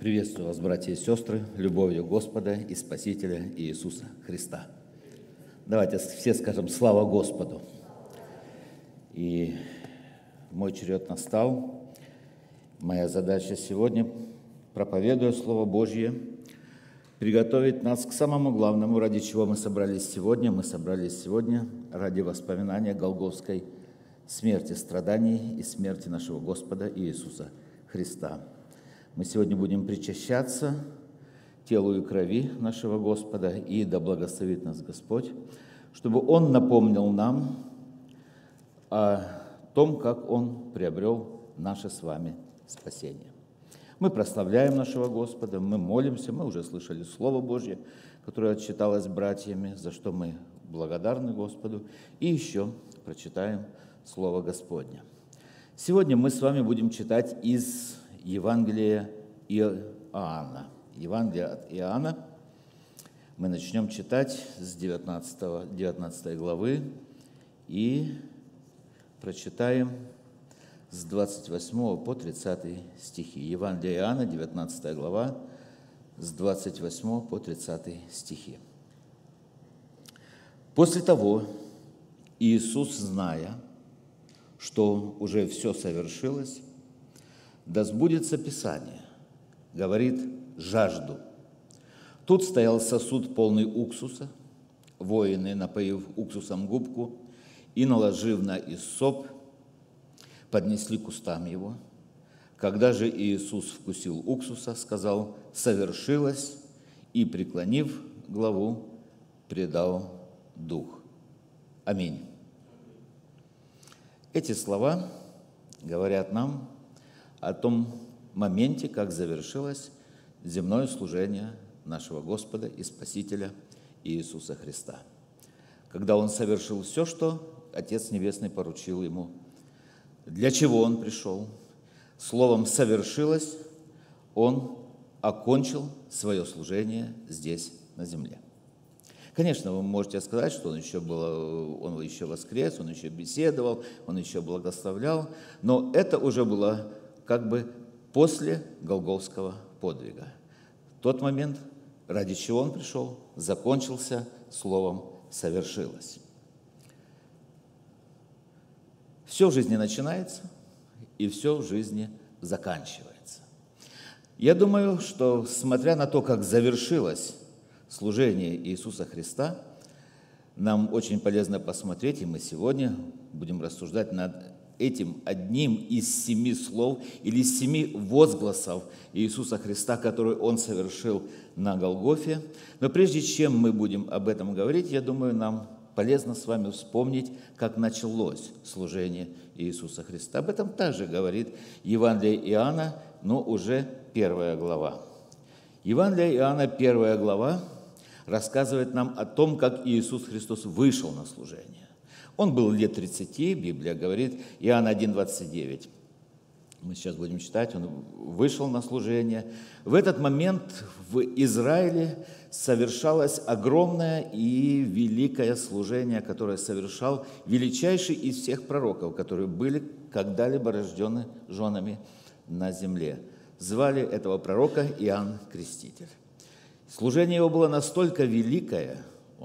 Приветствую вас, братья и сестры, любовью Господа и Спасителя Иисуса Христа. Давайте все скажем «Слава Господу!». И мой черед настал. Моя задача сегодня, проповедуя Слово Божье, приготовить нас к самому главному, ради чего мы собрались сегодня. Мы собрались сегодня ради воспоминания голгофской смерти, страданий и смерти нашего Господа Иисуса Христа. Мы сегодня будем причащаться телу и крови нашего Господа, и да благословит нас Господь, чтобы Он напомнил нам о том, как Он приобрел наше с вами спасение. Мы прославляем нашего Господа, мы молимся, мы уже слышали Слово Божье, которое отчиталось братьями, за что мы благодарны Господу, и еще прочитаем Слово Господне. Сегодня мы с вами будем читать из Евангелие Иоанна. Евангелие от Иоанна. Мы начнем читать с 19 главы и прочитаем с 28 по 30 стихи. Евангелие Иоанна, 19 глава, с 28 по 30 стихи. После того Иисус, зная, что уже все совершилось, да сбудется Писание, говорит: жажду. Тут стоял сосуд, полный уксуса. Воины, напоив уксусом губку и наложив на иссоп, поднесли к устам его. Когда же Иисус вкусил уксуса, сказал: совершилось, и, преклонив главу, предал дух. Аминь. Эти слова говорят нам о том моменте, как завершилось земное служение нашего Господа и Спасителя Иисуса Христа. Когда Он совершил все, что Отец Небесный поручил Ему. Для чего Он пришел? Словом «совершилось» Он окончил свое служение здесь, на земле. Конечно, вы можете сказать, что Он еще воскрес, Он еще беседовал, Он еще благословлял, но это уже было как бы после голгофского подвига. Тот момент, ради чего Он пришел, закончился словом «совершилось». Все в жизни начинается, и все в жизни заканчивается. Я думаю, что, смотря на то, как завершилось служение Иисуса Христа, нам очень полезно посмотреть, и мы сегодня будем рассуждать над этим одним из 7 слов или 7 возгласов Иисуса Христа, который Он совершил на Голгофе. Но прежде чем мы будем об этом говорить, я думаю, нам полезно с вами вспомнить, как началось служение Иисуса Христа. Об этом также говорит Евангелие Иоанна, но уже 1 глава. Евангелие Иоанна, 1 глава, рассказывает нам о том, как Иисус Христос вышел на служение. Он был лет 30, Библия говорит, Иоанна 1:29. Мы сейчас будем читать, он вышел на служение. В этот момент в Израиле совершалось огромное и великое служение, которое совершал величайший из всех пророков, которые были когда-либо рождены женами на земле. Звали этого пророка Иоанн Креститель. Служение его было настолько великое,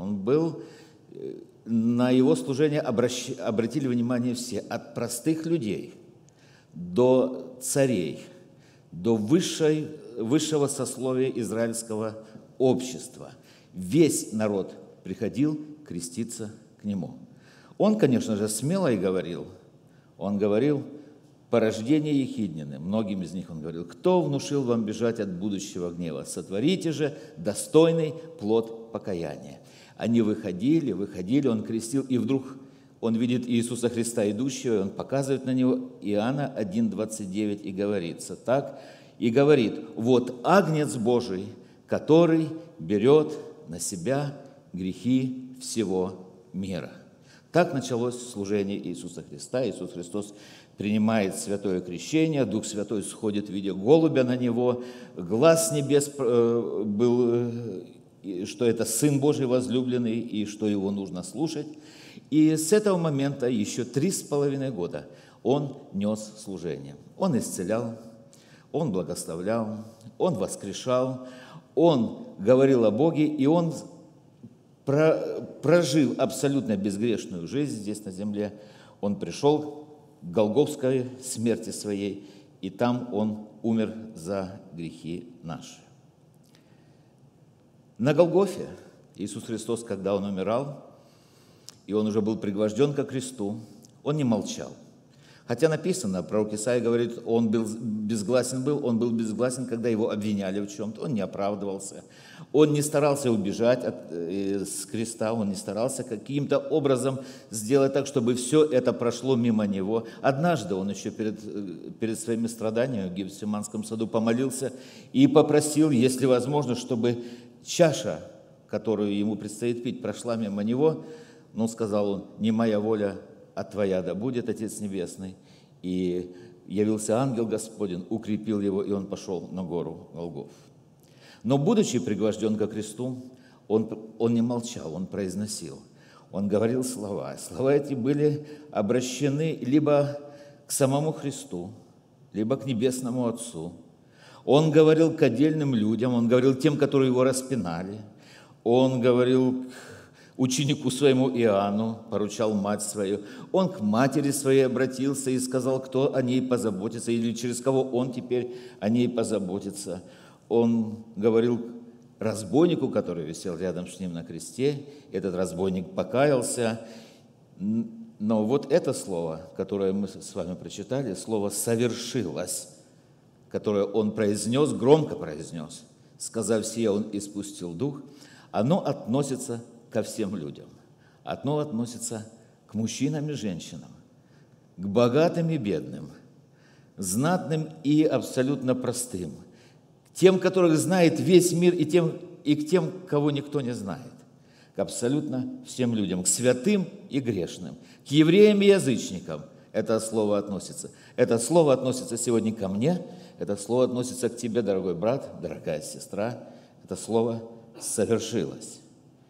на его служение обратили внимание все, от простых людей до царей, до высшего сословия израильского общества. Весь народ приходил креститься к нему. Он, конечно же, смело и говорил. Он говорил: порождение ехиднины. Многим из них он говорил: кто внушил вам бежать от будущего гнева? Сотворите же достойный плод покаяния. Они выходили, он крестил, и вдруг он видит Иисуса Христа идущего, и он показывает на него, Иоанна 1:29, и говорится так, и говорит: вот Агнец Божий, который берет на себя грехи всего мира. Так началось служение Иисуса Христа. Иисус Христос принимает святое крещение, Дух Святой сходит в виде голубя на него, глас с небес был, что это Сын Божий возлюбленный, и что его нужно слушать. И с этого момента еще 3,5 года он нес служение. Он исцелял, Он благословлял, Он воскрешал, Он говорил о Боге, и Он, прожив абсолютно безгрешную жизнь здесь на земле, Он пришел к голгофской смерти своей, и там Он умер за грехи наши. На Голгофе Иисус Христос, когда Он умирал, и Он уже был пригвожден ко кресту, Он не молчал. Хотя написано, пророк Исаия говорит, он был безгласен, когда его обвиняли в чем-то, он не оправдывался, он не старался убежать с креста, он не старался каким-то образом сделать так, чтобы все это прошло мимо него. Однажды он еще перед своими страданиями в Гефсиманском саду помолился и попросил, если возможно, чтобы чаша, которую ему предстоит пить, прошла мимо него. Но сказал он: не моя воля, а Твоя да будет, Отец Небесный. И явился ангел Господень, укрепил его, и он пошел на гору Голгоф. Но, будучи пригвожден ко кресту, он не молчал, он произносил, он говорил слова. Слова эти были обращены либо к самому Христу, либо к Небесному Отцу. Он говорил к отдельным людям, он говорил тем, которые его распинали, он говорил ученику своему Иоанну, поручал мать свою. Он к матери своей обратился и сказал, кто о ней позаботится, или через кого он теперь о ней позаботится. Он говорил разбойнику, который висел рядом с ним на кресте. Этот разбойник покаялся. Но вот это слово, которое мы с вами прочитали, слово «совершилось», которое он произнес, громко произнес, сказав сие, он испустил дух, оно относится ко всем людям. Одно относится к мужчинам и женщинам, к богатым и бедным, знатным и абсолютно простым, к тем, которых знает весь мир, и к тем, кого никто не знает, к абсолютно всем людям, к святым и грешным, к евреям и язычникам. Это слово относится. Это слово относится сегодня ко мне, это слово относится к тебе, дорогой брат, дорогая сестра. Это слово «совершилось».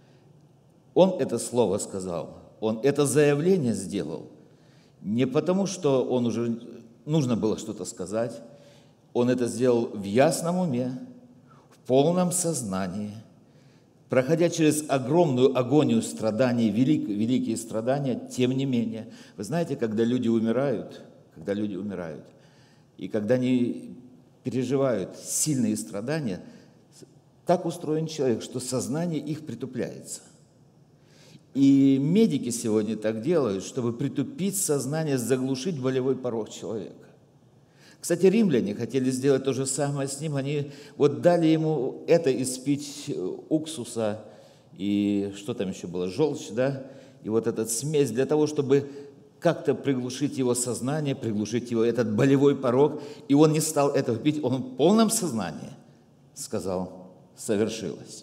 Он это слово сказал, он это заявление сделал не потому, что он уже нужно было что-то сказать, он это сделал в ясном уме, в полном сознании, проходя через огромную агонию страданий, великие страдания, тем не менее. Вы знаете, когда люди умирают, и когда они переживают сильные страдания, так устроен человек, что сознание их притупляется. И медики сегодня так делают, чтобы притупить сознание, заглушить болевой порог человека. Кстати, римляне хотели сделать то же самое с ним. Они вот дали ему это испить уксуса и что там еще было, желчь, да? И вот эта смесь для того, чтобы как-то приглушить его сознание, приглушить его этот болевой порог. И он не стал этого пить, он в полном сознании сказал: совершилось.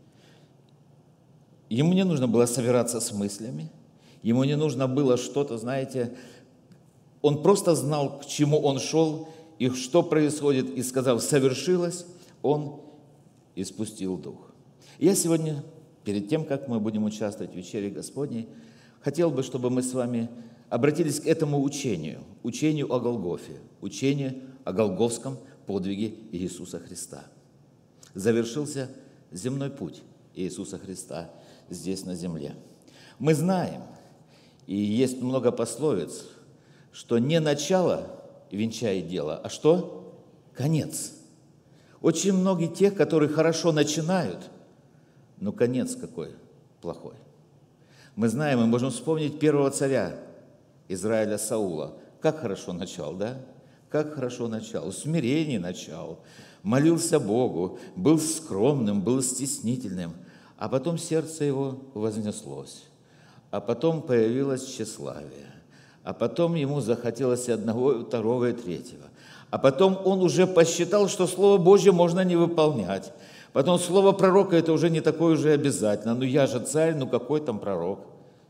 Ему не нужно было собираться с мыслями, ему не нужно было что-то, знаете, он просто знал, к чему он шел и что происходит, и сказав «совершилось», он испустил дух. Я сегодня, перед тем, как мы будем участвовать в вечере Господней, хотел бы, чтобы мы с вами обратились к этому учению о Голгофе, учению о голгофском подвиге Иисуса Христа. Завершился земной путь Иисуса Христа здесь на земле. Мы знаем, и есть много пословиц, что не начало венчает дело, а что? Конец. Очень многие тех, которые хорошо начинают, но конец какой плохой. Мы знаем, мы можем вспомнить первого царя Израиля Саула. Как хорошо начал, да? Как хорошо начал. В смирении начал. Молился Богу, был скромным, был стеснительным. А потом сердце его вознеслось. А потом появилось тщеславие. А потом ему захотелось одного, второго и третьего. А потом он уже посчитал, что Слово Божье можно не выполнять. Потом слово пророка – это уже не такое уже обязательно. Ну я же царь, ну какой там пророк?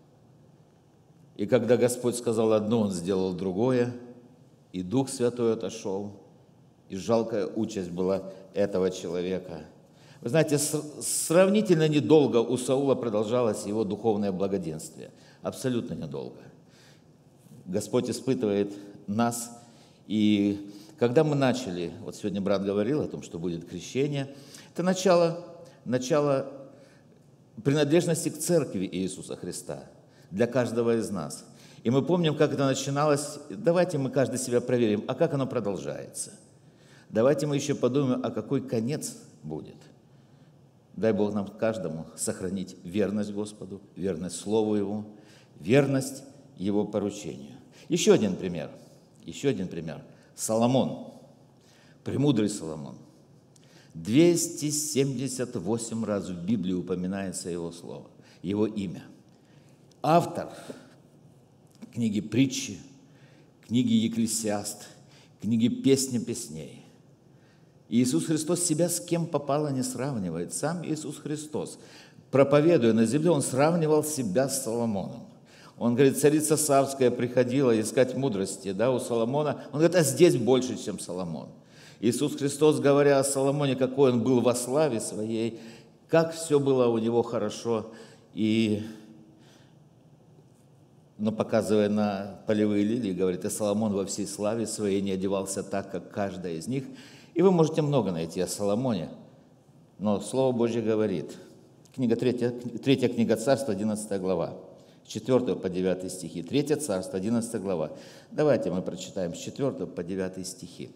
И когда Господь сказал одно, он сделал другое, и Дух Святой отошел, и жалкая участь была этого человека. Вы знаете, сравнительно недолго у Саула продолжалось его духовное благоденствие. Абсолютно недолго. Господь испытывает нас, и Когда мы начали, вот сегодня брат говорил о том, что будет крещение, это начало принадлежности к церкви Иисуса Христа для каждого из нас. И мы помним, как это начиналось. Давайте мы каждый себя проверим, а как оно продолжается. Давайте мы еще подумаем, а какой конец будет. Дай Бог нам каждому сохранить верность Господу, верность Слову Его, верность Его поручению. Еще один пример. Соломон, премудрый Соломон. 278 раз в Библии упоминается его слово, его имя. Автор книги «Притчи», книги «Екклесиаст», книги «Песни песней». Иисус Христос себя с кем попало не сравнивает. Сам Иисус Христос, проповедуя на земле, Он сравнивал себя с Соломоном. Он говорит, царица Савская приходила искать мудрости, у Соломона. Он говорит, а здесь больше, чем Соломон. Иисус Христос, говоря о Соломоне, какой он был во славе своей, как все было у него хорошо, но показывая на полевые лилии, говорит, и Соломон во всей славе своей не одевался так, как каждая из них. И вы можете много найти о Соломоне, но Слово Божье говорит, 3 книга Царств, 11 глава, с 4 по 9 стихи, 3 Царство, 11 глава. Давайте мы прочитаем с 4 по 9 стихи.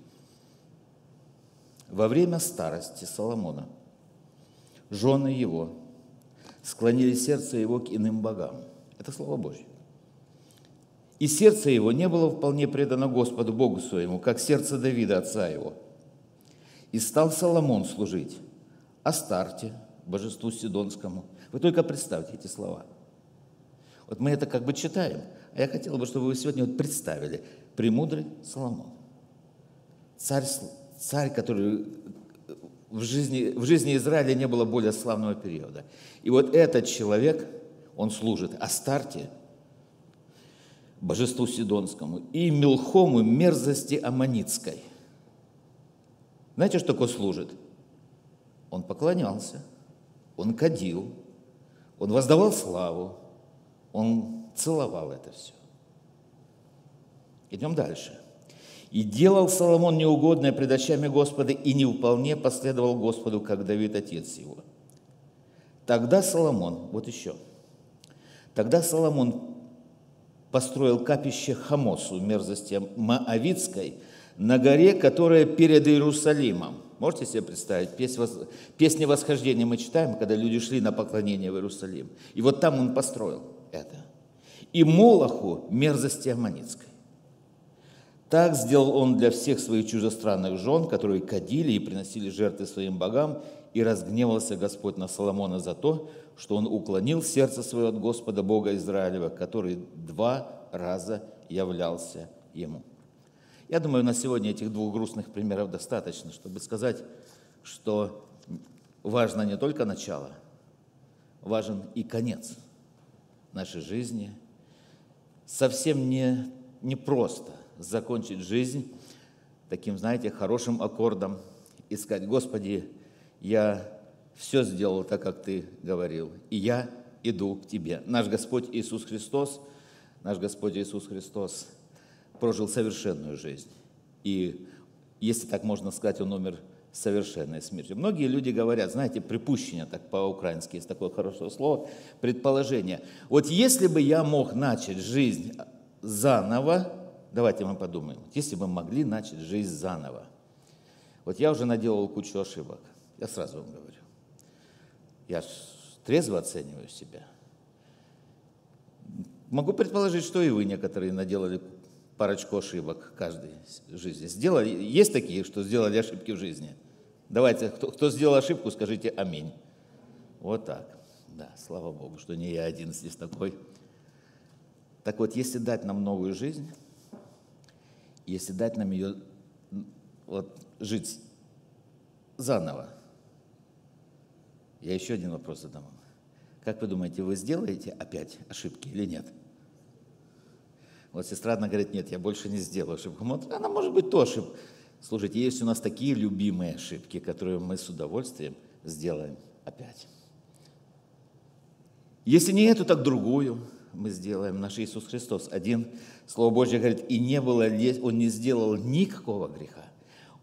Во время старости Соломона жены его склонили сердце его к иным богам. Это Слово Божье. И сердце его не было вполне предано Господу Богу своему, как сердце Давида, отца его. И стал Соломон служить Астарте, божеству Сидонскому. Вы только представьте эти слова. Вот мы это как бы читаем, а я хотел бы, чтобы вы сегодня представили. Премудрый Соломон. Царь, который в жизни Израиля не было более славного периода. И вот этот человек, он служит Астарте, божеству Сидонскому, и Милхому, мерзости Аммонитской. Знаете, что такое служит? Он поклонялся, он кадил, он воздавал славу, он целовал это все. Идем дальше. «И делал Соломон неугодное пред очами Господа, и не вполне последовал Господу, как Давид, отец его. Тогда Соломон построил капище Хамосу, мерзости Моавитской, на горе, которая перед Иерусалимом». Можете себе представить? Песни восхождения мы читаем, когда люди шли на поклонение в Иерусалим. И вот там он построил это. «И Молоху, мерзости Аммонитской. Так сделал он для всех своих чужестранных жен, которые кадили и приносили жертвы своим богам, и разгневался Господь на Соломона за то, что он уклонил сердце свое от Господа Бога Израилева, который 2 раза являлся ему». Я думаю, на сегодня этих 2 грустных примеров достаточно, чтобы сказать, что важно не только начало, важен и конец нашей жизни. Совсем не просто закончить жизнь таким, знаете, хорошим аккордом и сказать: Господи, я все сделал так, как Ты говорил, и я иду к Тебе. Наш Господь Иисус Христос прожил совершенную жизнь. И, если так можно сказать, Он умер совершенной смертью. Многие люди говорят, знаете, припущение, так по-украински есть такое хорошее слово, предположение. Вот если бы я мог начать жизнь заново, давайте мы подумаем, если бы мы могли начать жизнь заново. Вот я уже наделал кучу ошибок, я сразу вам говорю. Я трезво оцениваю себя. Могу предположить, что и вы некоторые наделали парочку ошибок каждой жизни. Есть такие, что сделали ошибки в жизни? Давайте, кто сделал ошибку, скажите аминь. Вот так. Да, слава Богу, что не я один здесь такой. Так вот, если дать нам новую жизнь, если дать нам ее жить заново, я еще один вопрос задам вам. Как вы думаете, вы сделаете опять ошибки или нет? Вот сестра одна говорит: нет, я больше не сделаю ошибку. Она может быть тоже ошибка. Слушайте, есть у нас такие любимые ошибки, которые мы с удовольствием сделаем опять. Если не эту, так другую мы сделаем. Наш Иисус Христос один, Слово Божье говорит, и не было, Он не сделал никакого греха.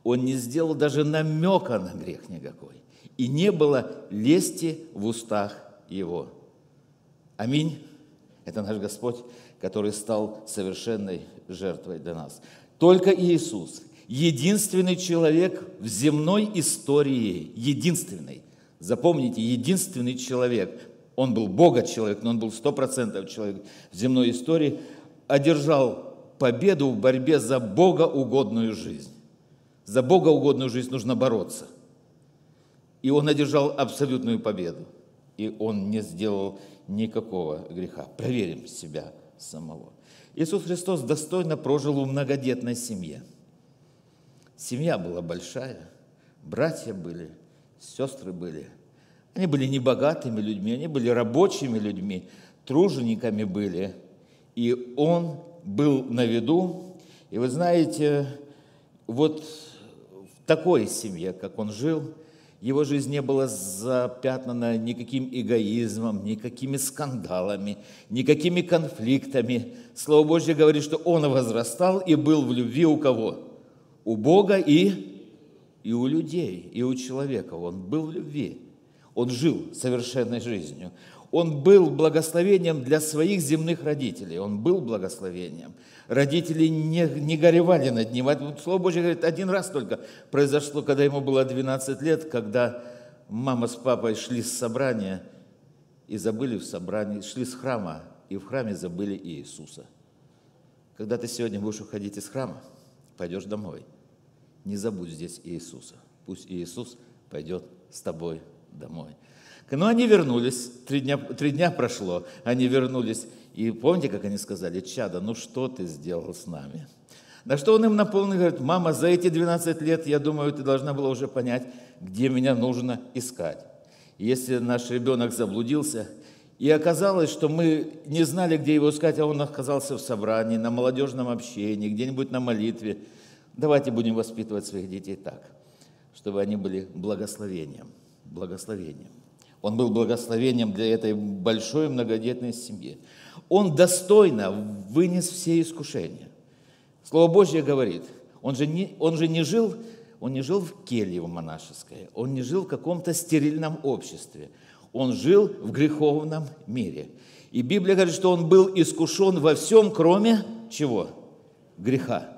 Он не сделал даже намека на грех никакой. И не было лести в устах его. Аминь. Это наш Господь, который стал совершенной жертвой для нас. Только Иисус, единственный человек в земной истории, единственный. Запомните, единственный человек, он был Бога-человек, но он был 100% человек в земной истории, одержал победу в борьбе за богоугодную жизнь. За богоугодную жизнь нужно бороться. И он одержал абсолютную победу. И он не сделал никакого греха. Проверим себя самого. Иисус Христос достойно прожил в многодетной семье. Семья была большая, братья были, сестры были. Они были небогатыми людьми, они были рабочими людьми, тружениками были. И он был на виду. И вы знаете, вот в такой семье, как он жил, его жизнь не была запятнана никаким эгоизмом, никакими скандалами, никакими конфликтами. Слово Божье говорит, что он возрастал и был в любви у кого? У Бога и у людей, и у человека. Он был в любви. Он жил совершенной жизнью. Он был благословением для своих земных родителей. Он был благословением. Родители не горевали над ним. Слово Божье говорит, один раз только произошло, когда ему было 12 лет, когда мама с папой шли с собрания и забыли в собрании, шли с храма, и в храме забыли Иисуса. Когда ты сегодня будешь уходить из храма, пойдешь домой, не забудь здесь Иисуса. Пусть Иисус пойдет с тобой домой. Но они вернулись, 3 дня прошло, они вернулись. И помните, как они сказали: чадо, ну что ты сделал с нами? На что он им наполнил, говорит: мама, за эти 12 лет, я думаю, ты должна была уже понять, где меня нужно искать. Если наш ребенок заблудился, и оказалось, что мы не знали, где его искать, а он оказался в собрании, на молодежном общении, где-нибудь на молитве, давайте будем воспитывать своих детей так, чтобы они были благословением. Благословением. Он был благословением для этой большой многодетной семьи. Он достойно вынес все искушения. Слово Божье говорит, он не жил в келье монашеской, он не жил в каком-то стерильном обществе, он жил в греховном мире. И Библия говорит, что он был искушен во всем, кроме чего? Греха.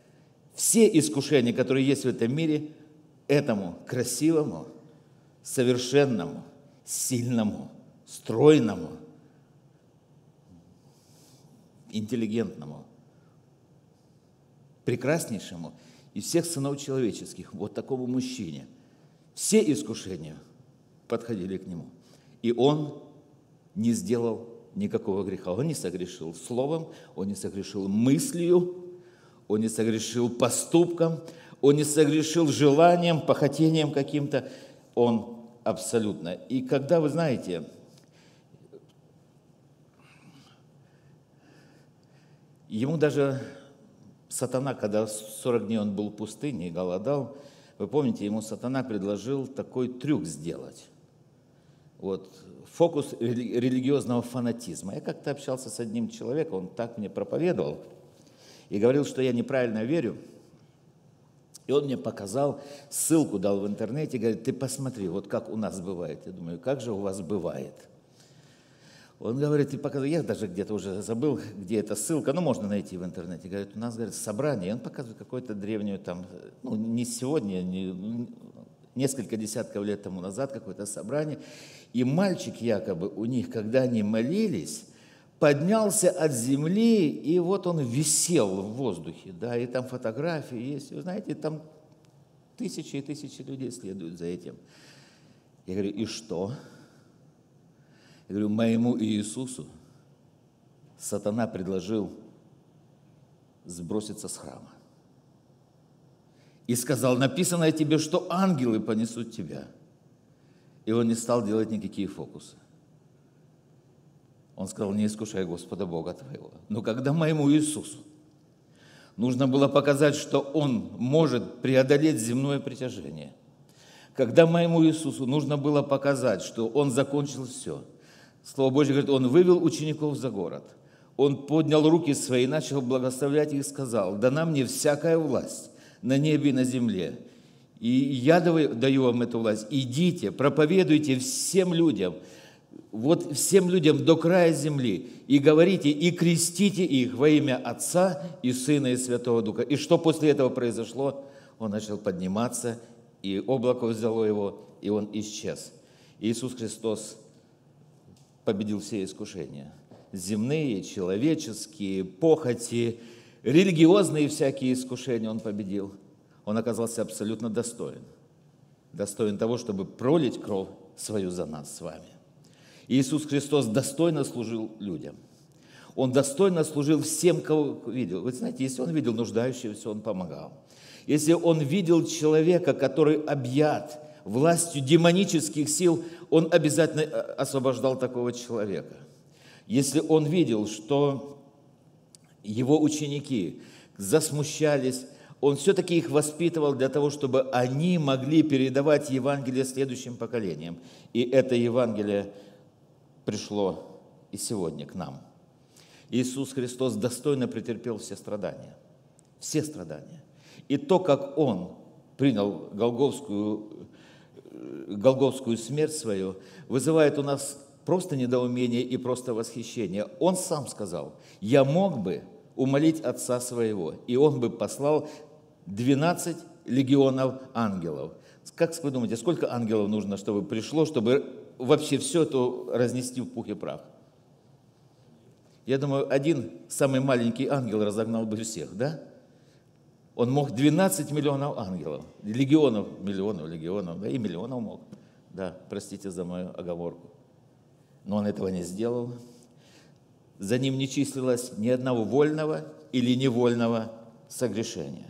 Все искушения, которые есть в этом мире, этому красивому, совершенному, сильному, стройному, интеллигентному, прекраснейшему из всех сынов человеческих, вот такому мужчине, все искушения подходили к нему. И он не сделал никакого греха. Он не согрешил словом, он не согрешил мыслью, он не согрешил поступком, он не согрешил желанием, похотением каким-то. Он абсолютно. И когда, вы знаете, ему даже сатана, когда 40 дней он был в пустыне и голодал, вы помните, ему сатана предложил такой трюк сделать. Вот, фокус религиозного фанатизма. Я как-то общался с одним человеком, он так мне проповедовал и говорил, что я неправильно верю. И он мне показал, ссылку дал в интернете, говорит: ты посмотри, вот как у нас бывает. Я думаю, как же у вас бывает? Он говорит, ты показывай, я даже где-то уже забыл, где эта ссылка, но можно найти в интернете. Говорит, у нас, говорит, собрание, и он показывает какую-то древнюю там, ну, не сегодня, несколько десятков лет тому назад какое-то собрание, и мальчик якобы у них, когда они молились, поднялся от земли, и вот он висел в воздухе, да, и там фотографии есть, вы знаете, там тысячи и тысячи людей следуют за этим. Я говорю, и что? Я говорю, моему Иисусу сатана предложил сброситься с храма. И сказал, написано тебе, что ангелы понесут тебя. И он не стал делать никакие фокусы. Он сказал, не искушай Господа Бога твоего. Но когда моему Иисусу нужно было показать, что Он может преодолеть земное притяжение, когда моему Иисусу нужно было показать, что Он закончил все, Слово Божье говорит, Он вывел учеников за город, Он поднял руки свои, начал благословлять их и сказал, дана мне всякая власть на небе и на земле. И я даю вам эту власть. Идите, проповедуйте всем людям, вот всем людям до края земли, и говорите, и крестите их во имя Отца и Сына и Святого Духа. И что после этого произошло? Он начал подниматься, и облако взяло его, и он исчез. Иисус Христос победил все искушения. Земные, человеческие, похоти, религиозные всякие искушения он победил. Он оказался абсолютно достоин. Достоин того, чтобы пролить кровь свою за нас с вами. Иисус Христос достойно служил людям. Он достойно служил всем, кого видел. Вы знаете, если он видел нуждающегося, он помогал. Если он видел человека, который объят властью демонических сил, он обязательно освобождал такого человека. Если он видел, что его ученики засмущались, он все-таки их воспитывал для того, чтобы они могли передавать Евангелие следующим поколениям. И это Евангелие пришло и сегодня к нам. Иисус Христос достойно претерпел все страдания. Все страдания. И то, как Он принял голгофскую смерть свою, вызывает у нас просто недоумение и просто восхищение. Он сам сказал: «Я мог бы умолить Отца своего, и Он бы послал 12 легионов ангелов». Как вы думаете, сколько ангелов нужно, чтобы пришло, чтобы вообще все это разнести в пух и прах? Я думаю, один самый маленький ангел разогнал бы всех, да? Он мог 12 миллионов ангелов, легионов, да, и миллионов мог. Да, простите за мою оговорку. Но он этого не сделал. За ним не числилось ни одного вольного или невольного согрешения.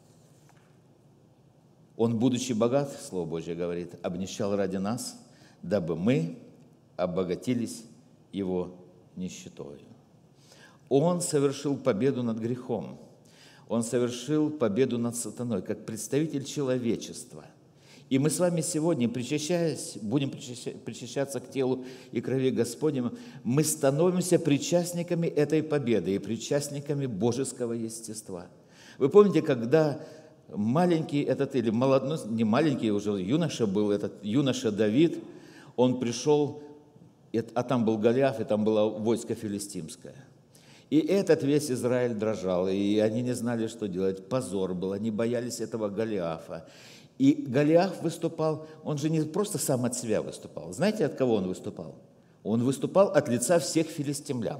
Он, будучи богат, Слово Божье говорит, обнищал ради нас, дабы мы обогатились Его нищетою. Он совершил победу над грехом. Он совершил победу над сатаной, как представитель человечества. И мы с вами сегодня, будем причащаться к телу и крови Господнему, мы становимся причастниками этой победы и причастниками божеского естества. Вы помните, когда маленький этот, или не маленький, уже юноша был, этот юноша Давид, он пришел, а там был Голиаф, и там было войско филистимское. И этот весь Израиль дрожал, и они не знали, что делать. Позор был, они боялись этого Голиафа. И Голиаф выступал, он же не просто сам от себя выступал. Знаете, от кого он выступал? Он выступал от лица всех филистимлян.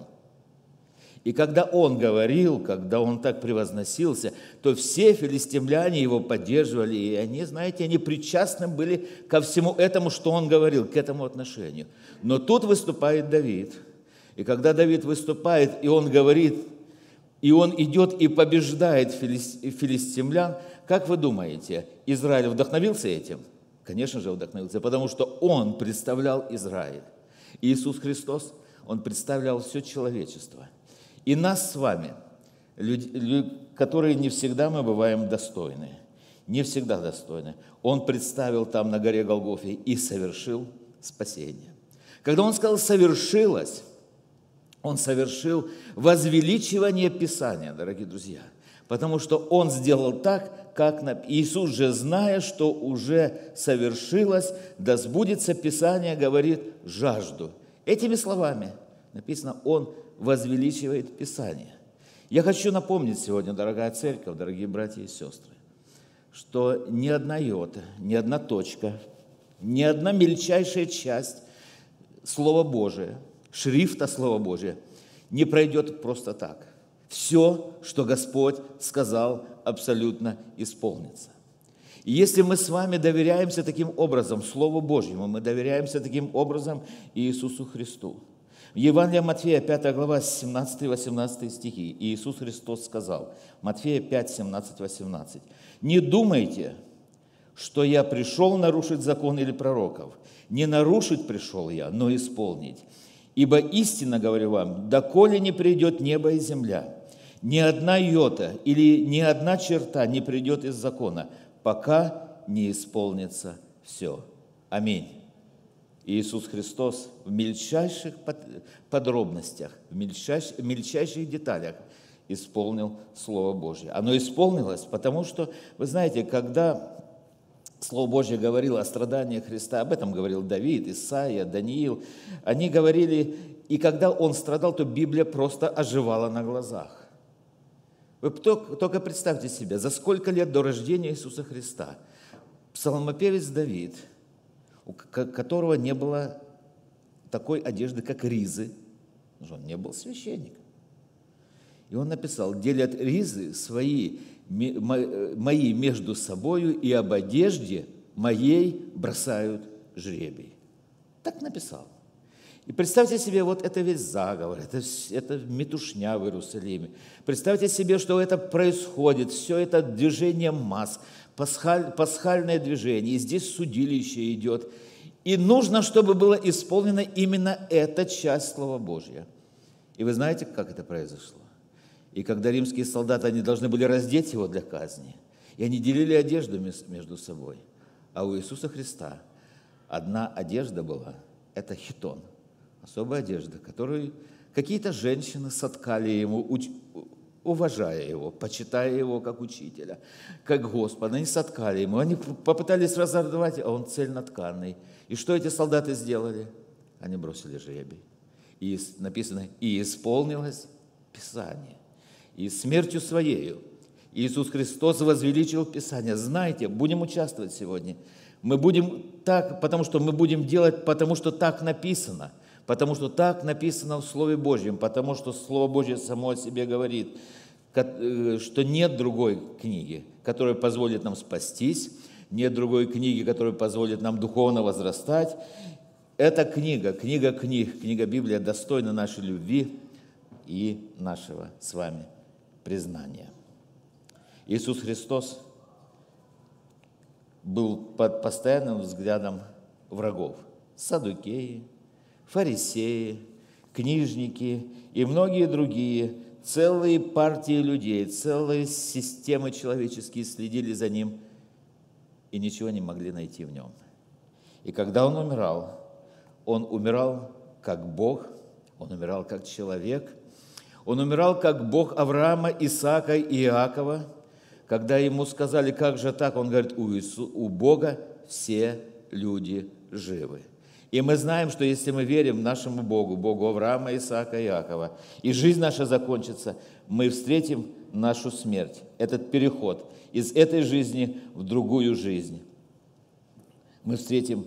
И когда он говорил, когда он так превозносился, то все филистимляне его поддерживали, и они, знаете, они причастны были ко всему этому, что он говорил, к этому отношению. Но тут выступает Давид. И когда Давид выступает, и он говорит, и он идет и побеждает филистимлян, как вы думаете, Израиль вдохновился этим? Конечно же, вдохновился, потому что он представлял Израиль. Иисус Христос, он представлял все человечество. И нас с вами, которые не всегда мы бываем достойны, не всегда достойны, он представил там на горе Голгофе и совершил спасение. Когда он сказал «совершилось», он совершил возвеличивание Писания, дорогие друзья, потому что он сделал так, как Иисус же, зная, что уже совершилось, да сбудется Писание, говорит, жажду. Этими словами написано, он возвеличивает Писание. Я хочу напомнить сегодня, дорогая церковь, дорогие братья и сестры, что ни одна йота, ни одна точка, ни одна мельчайшая часть Слова Божия, шрифта Слова Божия не пройдет просто так. Все, что Господь сказал, абсолютно исполнится. И если мы с вами доверяемся таким образом Слову Божьему, мы доверяемся таким образом Иисусу Христу. В Евангелии Матфея, 5 глава, 17-18 стихи, Иисус Христос сказал, Матфея 5, 17-18, «Не думайте, что я пришел нарушить закон или пророков. Не нарушить пришел я, но исполнить. Ибо истинно говорю вам, доколе не придет небо и земля, ни одна йота или ни одна черта не придет из закона, пока не исполнится все». Аминь. Иисус Христос в мельчайших подробностях, в мельчайших деталях исполнил Слово Божье. Оно исполнилось, потому что, вы знаете, когда Слово Божье говорило о страданиях Христа, об этом говорил Давид, Исаия, Даниил. Они говорили, и когда Он страдал, то Библия просто оживала на глазах. Вы только представьте себе, за сколько лет до рождения Иисуса Христа псалмопевец Давид, у которого не было такой одежды, как ризы, он не был священником. И он написал: «Делят ризы мои между собою, и об одежде моей бросают жребий». Так написал. И представьте себе, вот это весь заговор, это метушня в Иерусалиме. Представьте себе, что это происходит, все это движение масс, пасхальное движение, и здесь судилище идет. И нужно, чтобы было исполнено именно эта часть Слова Божьего. И вы знаете, как это произошло? И когда римские солдаты, они должны были раздеть его для казни, и они делили одежду между собой. А у Иисуса Христа одна одежда была – это хитон, особая одежда, которую какие-то женщины соткали ему, уважая его, почитая его как учителя, как Господа. Они соткали ему, они попытались разорвать, а он цельнотканный. И что эти солдаты сделали? Они бросили жребий. И написано: «И исполнилось Писание». И смертью Своею Иисус Христос возвеличил Писание. Знаете, будем участвовать сегодня. Мы будем так, потому что мы будем делать, потому что так написано. Потому что так написано в Слове Божьем. Потому что Слово Божье само о себе говорит, что нет другой книги, которая позволит нам спастись, нет другой книги, которая позволит нам духовно возрастать. Эта книга Библия достойна нашей любви и нашего с вами признания. Иисус Христос был под постоянным взглядом врагов. Саддукеи, фарисеи, книжники и многие другие, целые партии людей, целые системы человеческие следили за Ним и ничего не могли найти в Нем. И когда Он умирал как Бог, Он умирал как человек, Он умирал как Бог Авраама, Исаака и Иакова. Когда Ему сказали: «Как же так?», Он говорит: у Бога все люди живы. И мы знаем, что если мы верим нашему Богу, Богу Авраама, Исаака и Иакова, и жизнь наша закончится, мы встретим нашу смерть, этот переход из этой жизни в другую жизнь. Мы встретим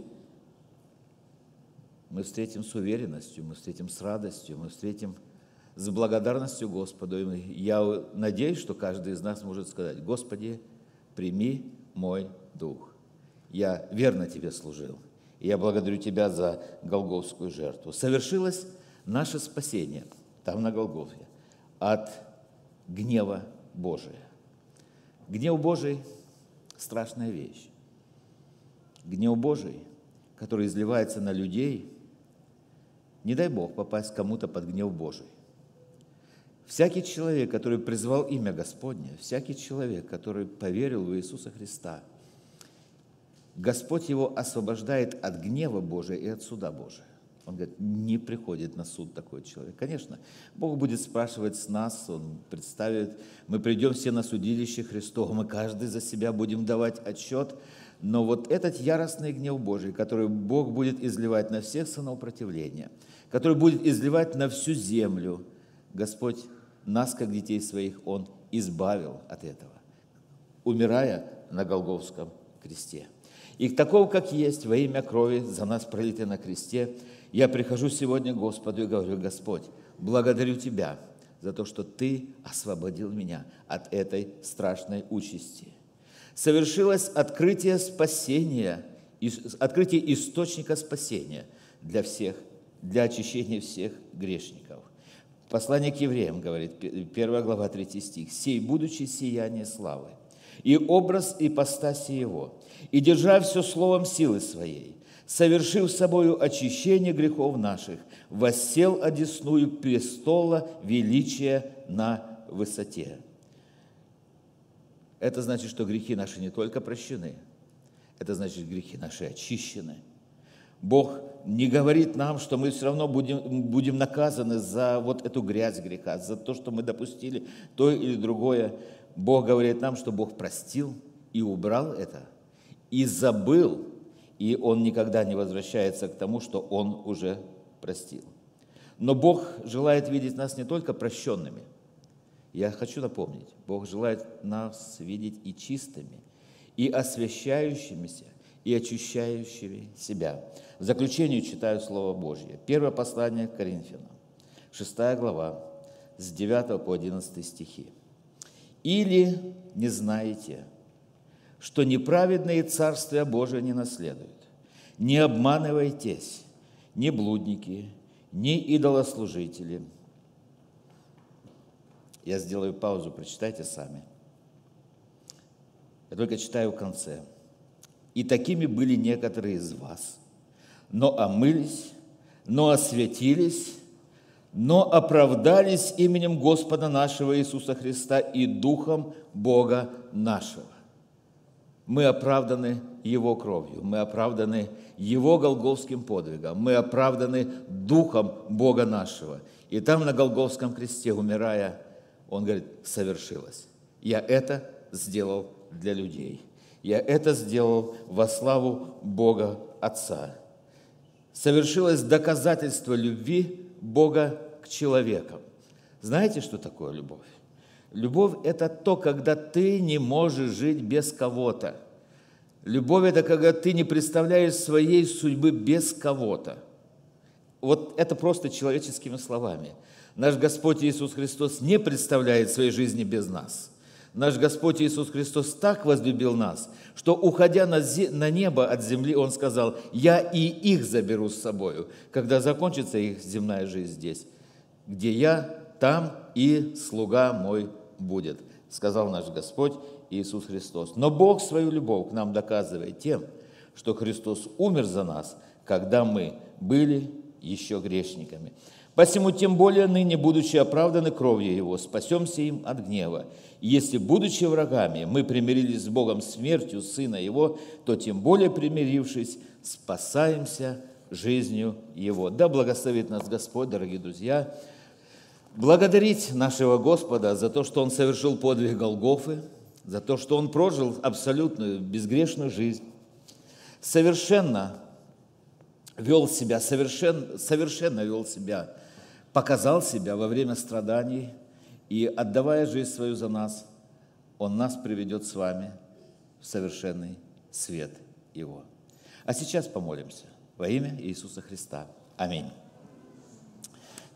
с уверенностью, мы встретим с радостью, мы встретим с благодарностью Господу. И я надеюсь, что каждый из нас может сказать: «Господи, прими мой дух. Я верно Тебе служил, и я благодарю Тебя за Голгофскую жертву». Совершилось наше спасение там, на Голгофе, от гнева Божия. Гнев Божий – страшная вещь. Гнев Божий, который изливается на людей, не дай Бог попасть кому-то под гнев Божий. Всякий человек, который призвал имя Господне, всякий человек, который поверил в Иисуса Христа, Господь его освобождает от гнева Божия и от суда Божия. Он говорит: не приходит на суд такой человек. Конечно, Бог будет спрашивать с нас, Он представит, мы придем все на судилище Христово, мы каждый за себя будем давать отчет, но вот этот яростный гнев Божий, который Бог будет изливать на всех сынов противления, который будет изливать на всю землю, Господь нас, как детей своих, Он избавил от этого, умирая на Голгофском кресте. И такого, как есть, во имя крови, за нас пролитой на кресте, я прихожу сегодня к Господу и говорю: Господь, благодарю Тебя за то, что Ты освободил меня от этой страшной участи. Совершилось открытие спасения, открытие источника спасения для всех, для очищения всех грешников. Послание к евреям говорит, 1 глава, 3 стих: «Сей, будучи сияние славы, и образ ипостаси Его, и держа все словом силы Своей, совершив собою очищение грехов наших, воссел одесную престола величия на высоте». Это значит, что грехи наши не только прощены, это значит, грехи наши очищены. Бог не говорит нам, что мы все равно будем наказаны за вот эту грязь греха, за то, что мы допустили то или другое. Бог говорит нам, что Бог простил и убрал это, и забыл, и он никогда не возвращается к тому, что он уже простил. Но Бог желает видеть нас не только прощенными. Я хочу напомнить, Бог желает нас видеть и чистыми, и освящающимися, и очищающими себя. В заключение читаю Слово Божье. Первое послание к Коринфянам, 6 глава, с 9 по 11 стихи. «Или не знаете, что неправедные Царствие Божие не наследуют? Не обманывайтесь, ни блудники, ни идолослужители». Я сделаю паузу, прочитайте сами. Я только читаю в конце. «И такими были некоторые из вас, но омылись, но освятились, но оправдались именем Господа нашего Иисуса Христа и Духом Бога нашего». Мы оправданы Его кровью, мы оправданы Его голгофским подвигом, мы оправданы Духом Бога нашего. И там на Голгофском кресте, умирая, Он говорит: совершилось. Я это сделал для людей. Я это сделал во славу Бога Отца. Совершилось доказательство любви Бога к человекам. Знаете, что такое любовь? Любовь – это то, когда ты не можешь жить без кого-то. Любовь – это когда ты не представляешь своей судьбы без кого-то. Вот это просто человеческими словами. Наш Господь Иисус Христос не представляет своей жизни без нас. Наш Господь Иисус Христос так возлюбил нас, что, уходя на небо от земли, Он сказал: «Я и их заберу с собою, когда закончится их земная жизнь здесь. Где я, там и слуга мой будет», сказал наш Господь Иисус Христос. Но Бог свою любовь к нам доказывает тем, что Христос умер за нас, когда мы были еще грешниками. «Посему тем более ныне, будучи оправданы кровью Его, спасемся им от гнева. И если, будучи врагами, мы примирились с Богом смертью Сына Его, то тем более, примирившись, спасаемся жизнью Его». Да благословит нас Господь, дорогие друзья, благодарить нашего Господа за то, что Он совершил подвиг Голгофы, за то, что Он прожил абсолютную безгрешную жизнь, совершенно вел себя, показал себя во время страданий, и, отдавая жизнь свою за нас, Он нас приведет с вами в совершенный свет Его. А сейчас помолимся во имя Иисуса Христа. Аминь.